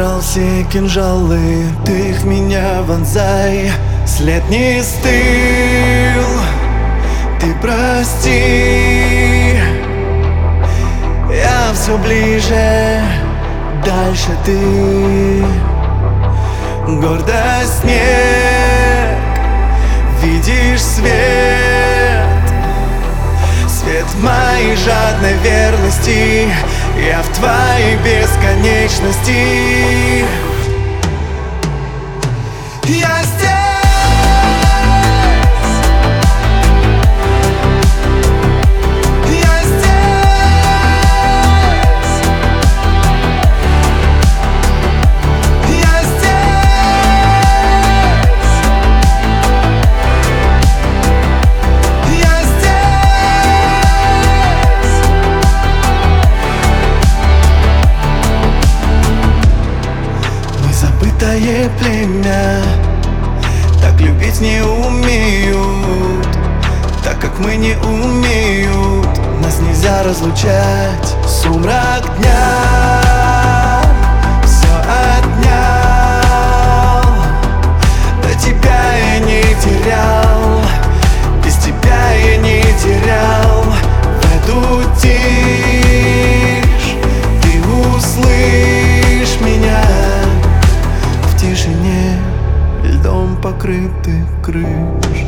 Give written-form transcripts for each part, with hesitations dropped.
забрал все кинжалы, ты их в меня вонзай. След не стыл, ты прости. Я все ближе, дальше ты. Гордость снег, видишь свет. Свет моей жадной верности, я в твоей бесконечности. Я здесь. Забытое племя, так любить не умеют, так как мы не умеют. Нас нельзя разлучать. Сумрак дня все отнял. До тебя я не терял, без тебя я не терял. В эту тишь ты услышь меня. В тишине льдом покрыты крыши.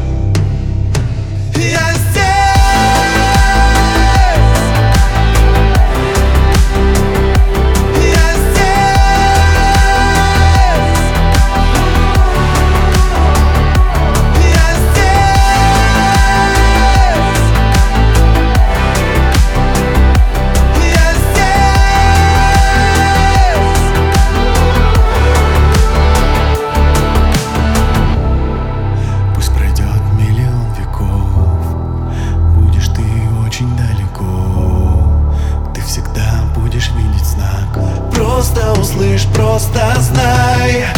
Я здесь. Я здесь. Я здесь. Я здесь. Пусть пройдет миллион веков, будешь ты очень далеко, ты всегда будешь видеть знак. Просто услышь, просто знай,